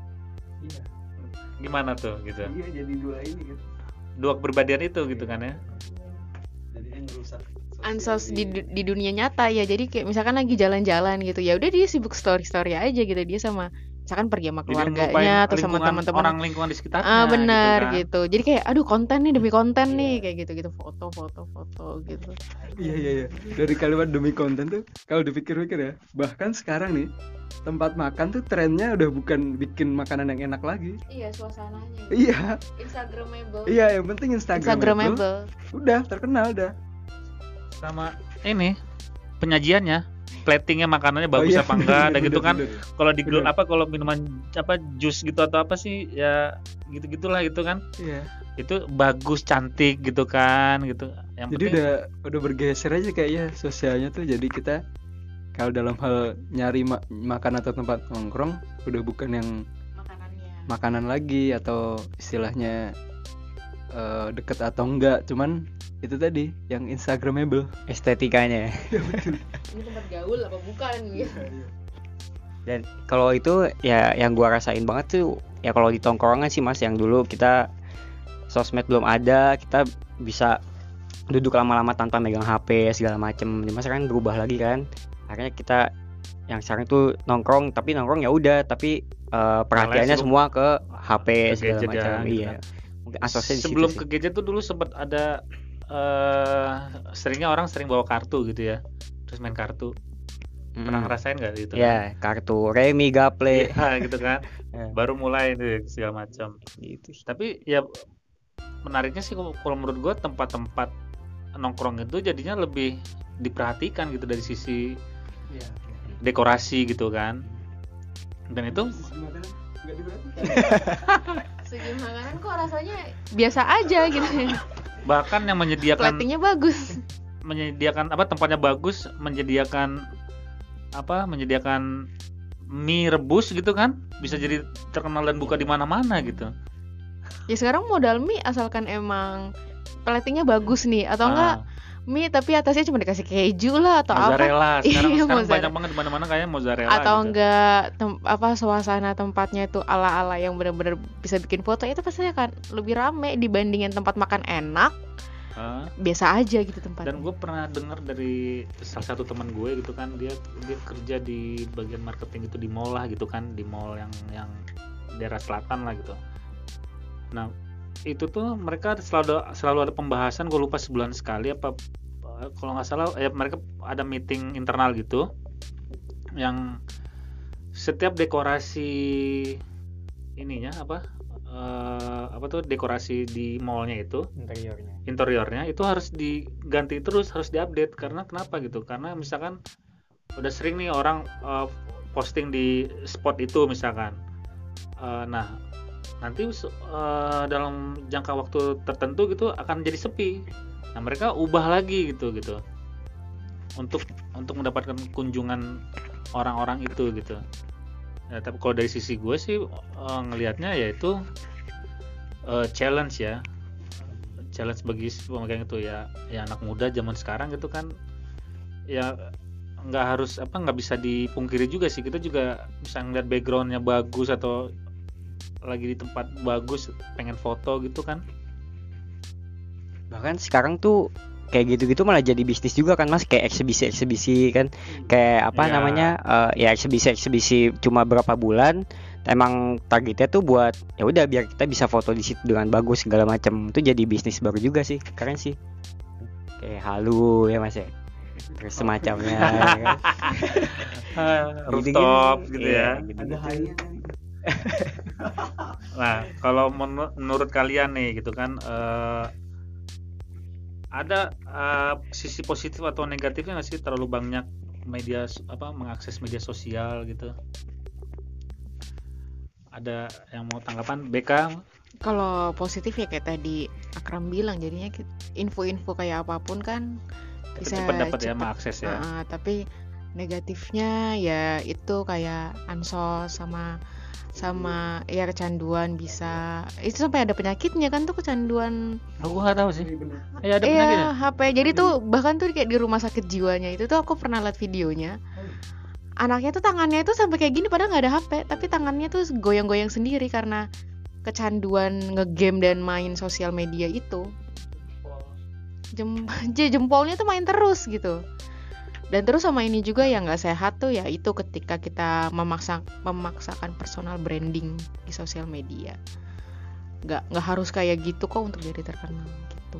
gimana tuh gitu, Iya, jadi dua ini gitu. dua kepribadian itu gitu kan ya. Jadi yang merusak sosial Ansos di du- di dunia nyata ya, jadi kayak misalkan lagi jalan-jalan gitu, ya udah dia sibuk story-story aja gitu, dia sama misalkan pergi sama Jadi keluarganya ngelupain atau sama lingkungan- teman-teman. orang lingkungan di sekitarnya Ah benar gitu, kan. gitu, jadi kayak aduh konten nih demi konten nih kayak gitu gitu, foto foto foto gitu. Iya iya iya. Dari kalimat demi konten tuh kalau dipikir-pikir ya, bahkan sekarang nih tempat makan tuh trennya udah bukan bikin makanan yang enak lagi. Iya suasananya. Iya. Instagramable. Iya, yang penting Instagram Instagramable. udah terkenal dah. Sama ini penyajiannya platingnya makanannya bagus Oh iya, apa enggak, dan bener, gitu kan. bener. Kalau di Bener. apa kalau minuman apa jus gitu atau apa sih ya gitu-gitulah gitu kan. Iya. Itu bagus, cantik gitu kan gitu. Yang Jadi penting udah udah bergeser aja kayaknya sosialnya tuh. Jadi kita kalau dalam hal nyari ma- makan atau tempat nongkrong udah bukan yang makanannya. makanan lagi atau istilahnya eh, deket atau enggak, cuman itu tadi yang instagramable. Estetikanya. Ini tempat gaul apa bukan gitu. Dan kalau itu ya yang gua rasain banget tuh ya kalau di tongkrongan sih Mas, yang dulu kita sosmed belum ada, kita bisa duduk lama-lama tanpa megang H P segala macem. Cuma sekarang berubah lagi kan. Akhirnya kita yang sekarang tuh nongkrong, tapi nongkrong ya udah, tapi eh, perhatiannya sibuk semua ke H P ke segala gadget ya, macam. gitu Iya. kan. Mungkin asosnya di situ Sebelum sih. ke gadget tuh dulu sempat ada eh seringnya orang sering bawa kartu gitu ya. Terus main kartu. Pernah Mm. ngerasain nggak gitu? Ya, kartu remi, gaple. Iya gitu kan. Ya. Baru mulai itu segala macam. Gitu sih. Tapi ya menariknya sih kalau kalau menurut gua tempat-tempat nongkrong itu jadinya lebih diperhatikan gitu dari sisi dekorasi gitu kan. Dan itu Segi makanan kok rasanya biasa aja gitu. bahkan yang menyediakan Platingnya bagus. menyediakan apa tempatnya bagus, menyediakan apa menyediakan mie rebus gitu kan, bisa jadi terkenal dan buka di mana-mana gitu. Ya sekarang modal mie asalkan emang platingnya bagus nih, atau enggak Ah, mie tapi atasnya cuma dikasih keju lah atau apa. mozzarella sekarang, Iya, sekarang mozzarella. banyak banget di mana-mana kayak mozzarella Atau gitu. enggak tem- apa suasana tempatnya itu ala-ala yang benar-benar bisa bikin foto, itu pasti akan lebih rame dibandingin tempat makan enak Ah, biasa aja gitu tempatnya. dan gue pernah dengar dari salah satu teman gue gitu kan, dia dia kerja di bagian marketing itu di mall lah gitu kan, di mall yang yang daerah selatan lah gitu. Nah itu tuh mereka selalu selalu ada pembahasan, gue lupa sebulan sekali apa eh, kalau nggak salah ya, mereka ada meeting internal gitu yang setiap dekorasi ininya apa eh, apa tuh dekorasi di mallnya itu Interiornya. interiornya itu harus diganti terus, harus diupdate. Karena kenapa gitu, karena misalkan udah sering nih orang eh, posting di spot itu misalkan. Eh, nah nanti eh, dalam jangka waktu tertentu gitu akan jadi sepi. Nah mereka ubah lagi gitu gitu untuk untuk mendapatkan kunjungan orang-orang itu gitu. Ya, tapi kalau dari sisi gue sih eh, ngelihatnya yaitu eh, challenge ya, challenge bagi pemegang itu ya, ya anak muda zaman sekarang gitu kan, ya nggak harus apa nggak bisa dipungkiri juga sih, kita juga bisa ngeliat backgroundnya bagus atau lagi di tempat bagus pengen foto gitu kan. Bahkan sekarang tuh kayak gitu-gitu malah jadi bisnis juga kan Mas, kayak eksibisi-eksibisi kan, kayak apa Ya. namanya eh, ya eksibisi-eksibisi cuma berapa bulan, emang targetnya tuh buat ya udah biar kita bisa foto di situ dengan bagus segala macam. Itu jadi bisnis baru juga sih, keren sih, kayak halu ya Mas ya, terus semacamnya ya kan? Rooftop gitu Iya, ya. gitu-gitu. Nah, kalau menur- menurut kalian nih gitu kan, eh, ada eh, sisi positif atau negatifnya nggak sih terlalu banyak media s- apa mengakses media sosial gitu? Ada yang mau tanggapan? B K? Kalau positif ya kayak tadi Akram bilang, jadinya ki- info-info kayak apapun kan bisa Cepat dapat ya cepet. mengakses ya. Ah, ah, tapi negatifnya ya itu kayak ansos sama sama ya kecanduan, bisa itu sampai ada penyakitnya kan tuh kecanduan. Oh, gua nggak tahu sih. Ya ada Iya, penyakitnya. H P. Jadi tuh bahkan tuh kayak di rumah sakit jiwanya itu tuh aku pernah lihat videonya. Anaknya tuh tangannya tuh sampai kayak gini padahal nggak ada H P, tapi tangannya tuh goyang-goyang sendiri karena kecanduan ngegame dan main sosial media itu. Jem j- jempolnya tuh main terus gitu. Dan terus sama ini juga yang nggak sehat tuh ya itu ketika kita memaksa memaksakan personal branding di sosial media. Nggak nggak harus kayak gitu kok untuk jadi terkenal gitu.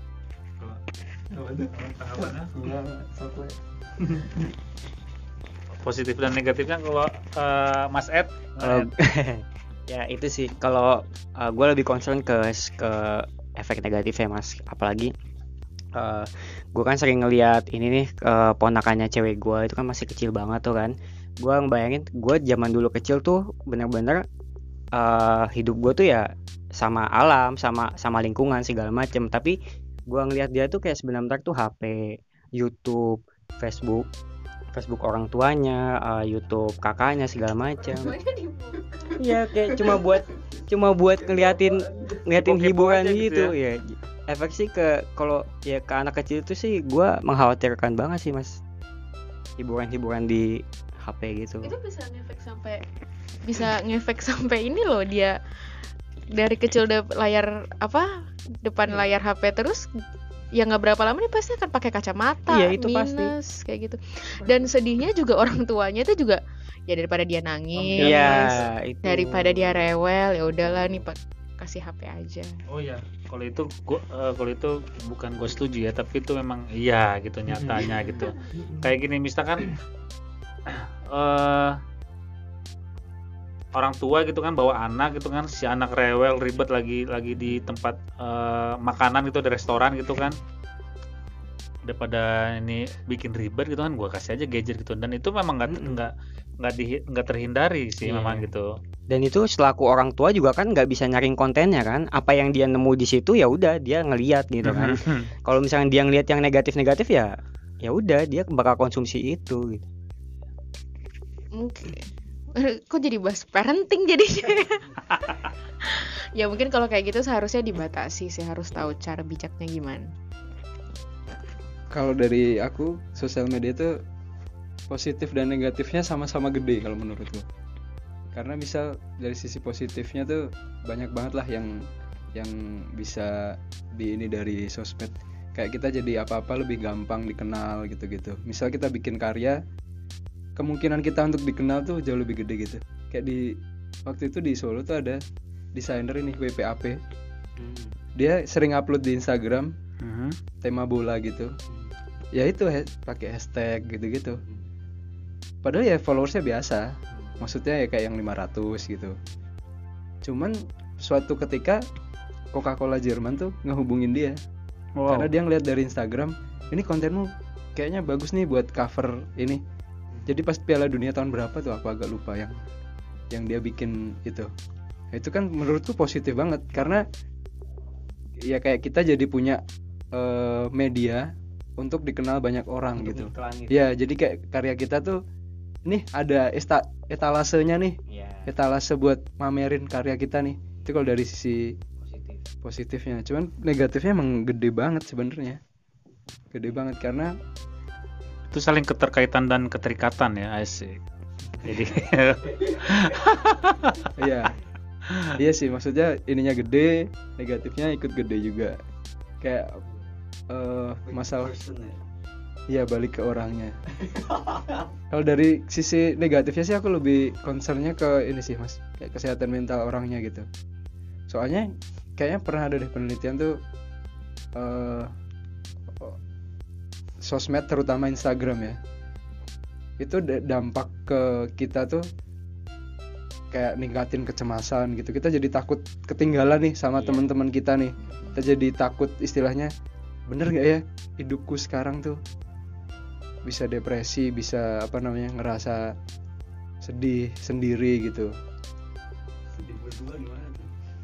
Positif dan negatifnya kalau eh, Mas Ed, Kalau ya itu sih, kalau gue lebih concern ke ke efek negatif ya Mas, apalagi eh gue kan sering ngeliat ini nih, eh, ponakannya cewek gue itu kan masih kecil banget tuh kan. Gue ngebayangin gue zaman dulu kecil tuh bener-bener eh hidup gue tuh ya sama alam, sama sama lingkungan segala macem. Tapi gue ngeliat dia tuh kayak sebenarnya tuh H P, YouTube, Facebook, Facebook orang tuanya, eh, YouTube kakaknya segala macam. Iya, kayak cuma buat cuma buat ngeliatin ngeliatin Kepo-kepo hiburan aja gitu gitu ya. Efek sih ke kalau ya ke anak kecil itu sih gue mengkhawatirkan banget sih mas, hiburan-hiburan di H P gitu. Itu bisa ngefek sampai bisa ngefek sampai ini loh, dia dari kecil udah layar apa depan layar H P terus ya nggak berapa lama nih pasti akan pakai kacamata Iya, itu pasti. minus kayak gitu. Dan sedihnya juga orang tuanya itu juga ya daripada dia nangis, Iya, itu. daripada dia rewel, ya udahlah nih Pak kasih H P aja. Oh ya, kalau itu gua eh, kalau itu bukan gue setuju ya, tapi itu memang iya gitu nyatanya gitu. Kayak gini misalkan eh orang tua gitu kan bawa anak gitu kan, si anak rewel ribet lagi lagi di tempat eh, makanan gitu di restoran gitu kan, daripada ini bikin ribet gitu kan, gua kasih aja gadget gitu. Dan itu memang nggak Mm-mm. nggak nggak di nggak terhindari sih Iya. memang gitu. Dan itu selaku orang tua juga kan nggak bisa nyaring kontennya kan, apa yang dia nemu di situ ya udah dia ngeliat gitu kan. Kalau misalnya dia ngeliat yang negatif-negatif ya ya udah dia bakal konsumsi itu gitu. Mungkin kok jadi bahas parenting jadinya. Ya mungkin kalau kayak gitu seharusnya dibatasi sih, harus tahu cara bijaknya gimana. Kalau dari aku, sosial media itu positif dan negatifnya sama-sama gede kalau menurutku. Karena misal dari sisi positifnya tuh banyak banget lah yang yang bisa di ini dari sosmed. Kayak kita jadi apa-apa lebih gampang dikenal gitu-gitu. Misal kita bikin karya, kemungkinan kita untuk dikenal tuh jauh lebih gede gitu. Kayak di waktu itu di Solo tuh ada desainer ini W P A P. Dia sering upload di Instagram Mhm. tema bola gitu. Ya itu he- pakai hashtag gitu-gitu. Padahal ya followersnya biasa. Maksudnya ya kayak yang lima ratus gitu. Cuman suatu ketika Coca-Cola Jerman tuh ngehubungin dia. Wow. Karena dia ngeliat dari Instagram, ini kontenmu kayaknya bagus nih buat cover ini. Jadi pas Piala Dunia tahun berapa tuh aku agak lupa yang yang dia bikin itu. Nah, itu kan menurutku positif banget karena ya kayak kita jadi punya eh, media untuk dikenal banyak orang gitu. Ya, jadi kayak karya kita tuh nih ada esta, etalasenya nih, Iya, etalase buat mamerin karya kita nih. Itu kalau dari sisi positif. positifnya. Cuman negatifnya emang gede banget sebenarnya. Gede banget karena Itu saling keterkaitan dan keterikatan ya, asik. Jadi iya. Iya sih, maksudnya ininya gede, negatifnya ikut gede juga. Kayak eh, masalah iya balik ke orangnya. Kalau dari sisi negatifnya sih aku lebih concernnya ke ini sih mas, kayak kesehatan mental orangnya gitu. Soalnya kayaknya pernah ada deh penelitian tuh eh, sosmed terutama Instagram ya, itu da- dampak ke kita tuh kayak ningkatin kecemasan gitu. Kita jadi takut ketinggalan nih sama Iya. teman-teman kita nih. Kita jadi takut istilahnya, bener gak ya hidupku sekarang tuh, bisa depresi, bisa apa namanya ngerasa sedih sendiri gitu. Sedih berdua gimana tuh?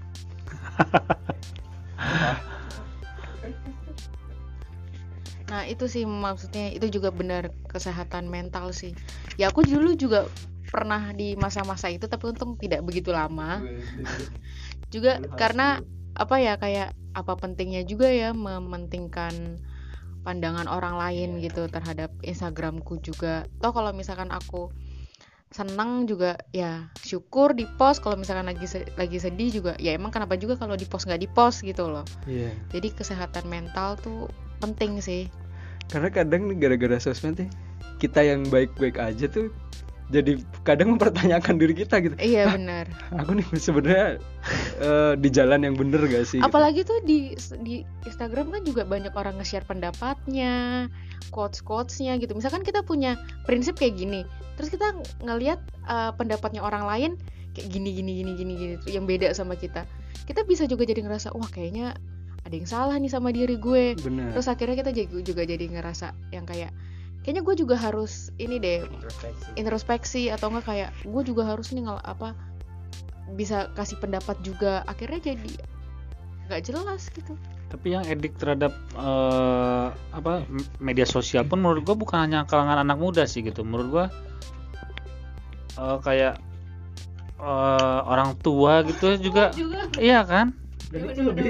Nah itu sih maksudnya, itu juga benar kesehatan mental sih. Ya aku dulu juga pernah di masa-masa itu, tapi untung tidak begitu lama. Juga karena apa ya, kayak apa pentingnya juga ya mementingkan pandangan orang lain gitu terhadap Instagramku juga. Toh kalau misalkan aku senang juga ya syukur di post, kalau misalkan lagi se- lagi sedih juga ya emang kenapa juga kalau di post nggak di post gitu loh. Iya. Jadi kesehatan mental tuh penting sih. Karena kadang nih gara-gara sosmed nih, kita yang baik-baik aja tuh jadi kadang mempertanyakan diri kita gitu. Iya benar. Aku nih sebenarnya eh, di jalan yang bener gak sih? gitu. Apalagi tuh di di Instagram kan juga banyak orang nge-share pendapatnya, quotes-quotesnya gitu. Misalkan kita punya prinsip kayak gini, terus kita ng- ngelihat uh, pendapatnya orang lain kayak gini gini gini gini gini yang beda sama kita. Kita bisa juga jadi ngerasa wah kayaknya ada yang salah nih sama diri gue. Bener. Terus akhirnya kita juga, juga jadi ngerasa yang kayak kayaknya gue juga harus ini deh Introspeksi. introspeksi atau enggak kayak gue juga harus nih ngel apa bisa kasih pendapat juga. Akhirnya jadi nggak jelas gitu. Tapi yang edik terhadap eh, apa m- media sosial pun menurut gua bukan hanya kalangan anak muda sih gitu. Menurut gua eh, kayak eh, orang tua gitu juga, iya kan? Dan itu lebih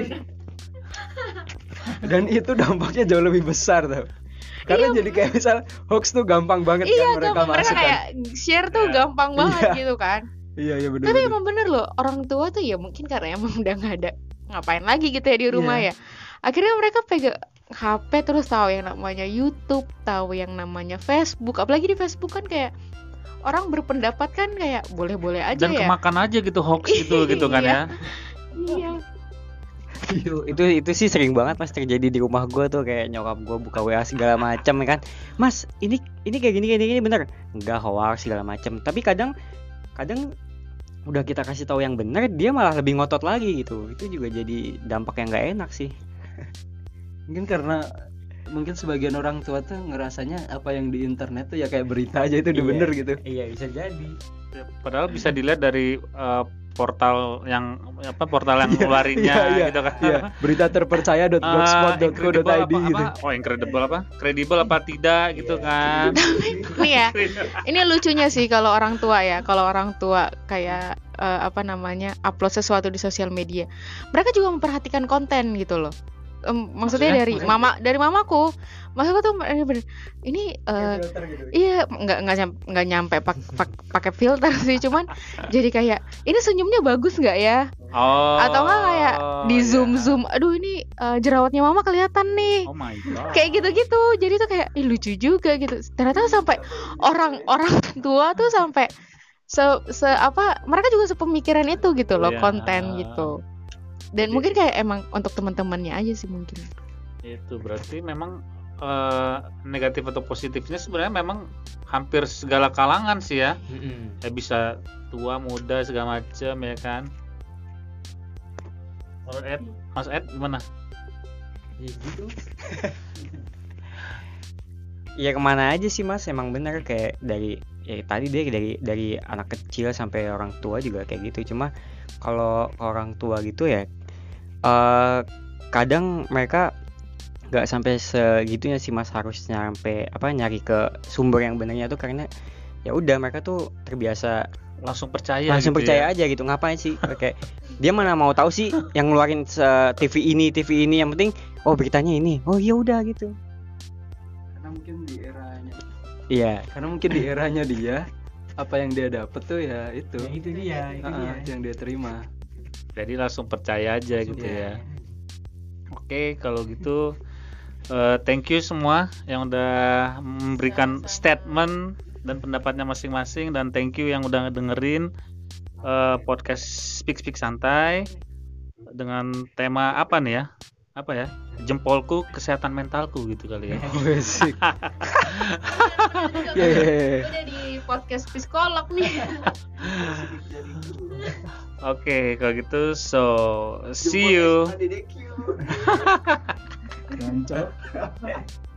dan itu dampaknya jauh lebih besar tuh. Karena jadi kayak misal hoax tuh gampang banget Iya, kan mereka gampang mereka masuk kayak kan. share tuh gampang banget Iya. gitu kan. Iya iya benar. Tapi emang bener loh, orang tua tuh ya mungkin karena emang udah nggak ada ngapain lagi gitu ya di rumah Iya. ya. Akhirnya mereka pegang H P terus tahu yang namanya YouTube, tahu yang namanya Facebook. Apalagi di Facebook kan kayak orang berpendapat kan kayak boleh-boleh aja Dan ya. kemakan aja gitu hoax gitu gitu kan ya. Iya. itu itu itu sih sering banget mas terjadi di rumah gue tuh, kayak nyokap gue buka W A segala macam ya kan, mas ini ini kayak gini kayak gini bener enggak, hoax segala macam. Tapi kadang kadang udah kita kasih tahu yang bener dia malah lebih ngotot lagi gitu. Itu juga jadi dampak yang nggak enak sih. Mungkin karena mungkin sebagian orang tua tuh ngerasanya apa yang di internet tuh ya kayak berita aja itu udah Iya. bener gitu. Iya bisa jadi. Padahal bisa dilihat dari eh, portal yang apa portal yang Iya, ngeluarinnya iya, iya, gitu kan. Iya, berita terpercaya dot blogspot dot co dot i d Ah, incredible apa, gitu. apa? Oh, incredible apa? Kredibel apa tidak gitu kan. Nih ya, ini lucunya sih kalau orang tua ya, kalau orang tua kayak eh, apa namanya upload sesuatu di sosial media, mereka juga memperhatikan konten gitu loh. Em, maksudnya, Maksudnya? dari Maksudnya? mama dari mamaku, maksudku tuh bener-bener ini eh, iya nggak nggak nyampe nggak nyampe pak, pak- pakai filter sih, cuman jadi kayak ini senyumnya bagus nggak ya? Oh. Atau nggak kayak di zoom iya. zoom, aduh ini eh, jerawatnya mama kelihatan nih. Oh my god. Kayak gitu-gitu, jadi tuh kayak ih, lucu juga gitu. Ternyata sampai orang-orang tua tuh sampai se, se apa mereka juga sepemikiran itu gitu loh, Iya. konten gitu. Dan Jadi- mungkin kayak emang untuk teman-temannya aja sih mungkin. Itu berarti memang eh, negatif atau positifnya sebenarnya memang hampir segala kalangan sih ya. Ya bisa tua, muda segala macam ya kan. Menurut Ed, Mas Ed gimana? Ya gitu. Ya kemana aja sih mas, emang bener kayak dari ya tadi deh dari dari anak kecil sampai orang tua juga kayak gitu. Cuma kalau orang tua gitu ya eh kadang mereka nggak sampai segitunya sih mas, harus nyampe apa nyari ke sumber yang benernya tuh karena ya udah mereka tuh terbiasa Langsung percaya langsung gitu percaya ya. aja gitu. Ngapain sih kayak dia mana mau tahu sih yang ngeluarin se- T V ini T V ini, yang penting oh beritanya ini, oh ya udah gitu. Karena mungkin di eranya. Iya. Karena mungkin di eranya dia apa yang dia dapet tuh ya itu. Ya, itu dia, itu Ah, dia. itu yang dia terima. Jadi langsung percaya aja gitu Iya. ya. Oke, kalau gitu eh, thank you semua yang udah memberikan statement dan pendapatnya masing-masing, dan thank you yang udah dengerin eh, podcast Speak Speak Santai dengan tema apa nih ya? Apa ya? Jempolku kesehatan mentalku gitu kali ya. Oh, asik. Iya, iya, iya. Udah di podcast psikolog nih. Oke, kalau gitu so see you. Gancap.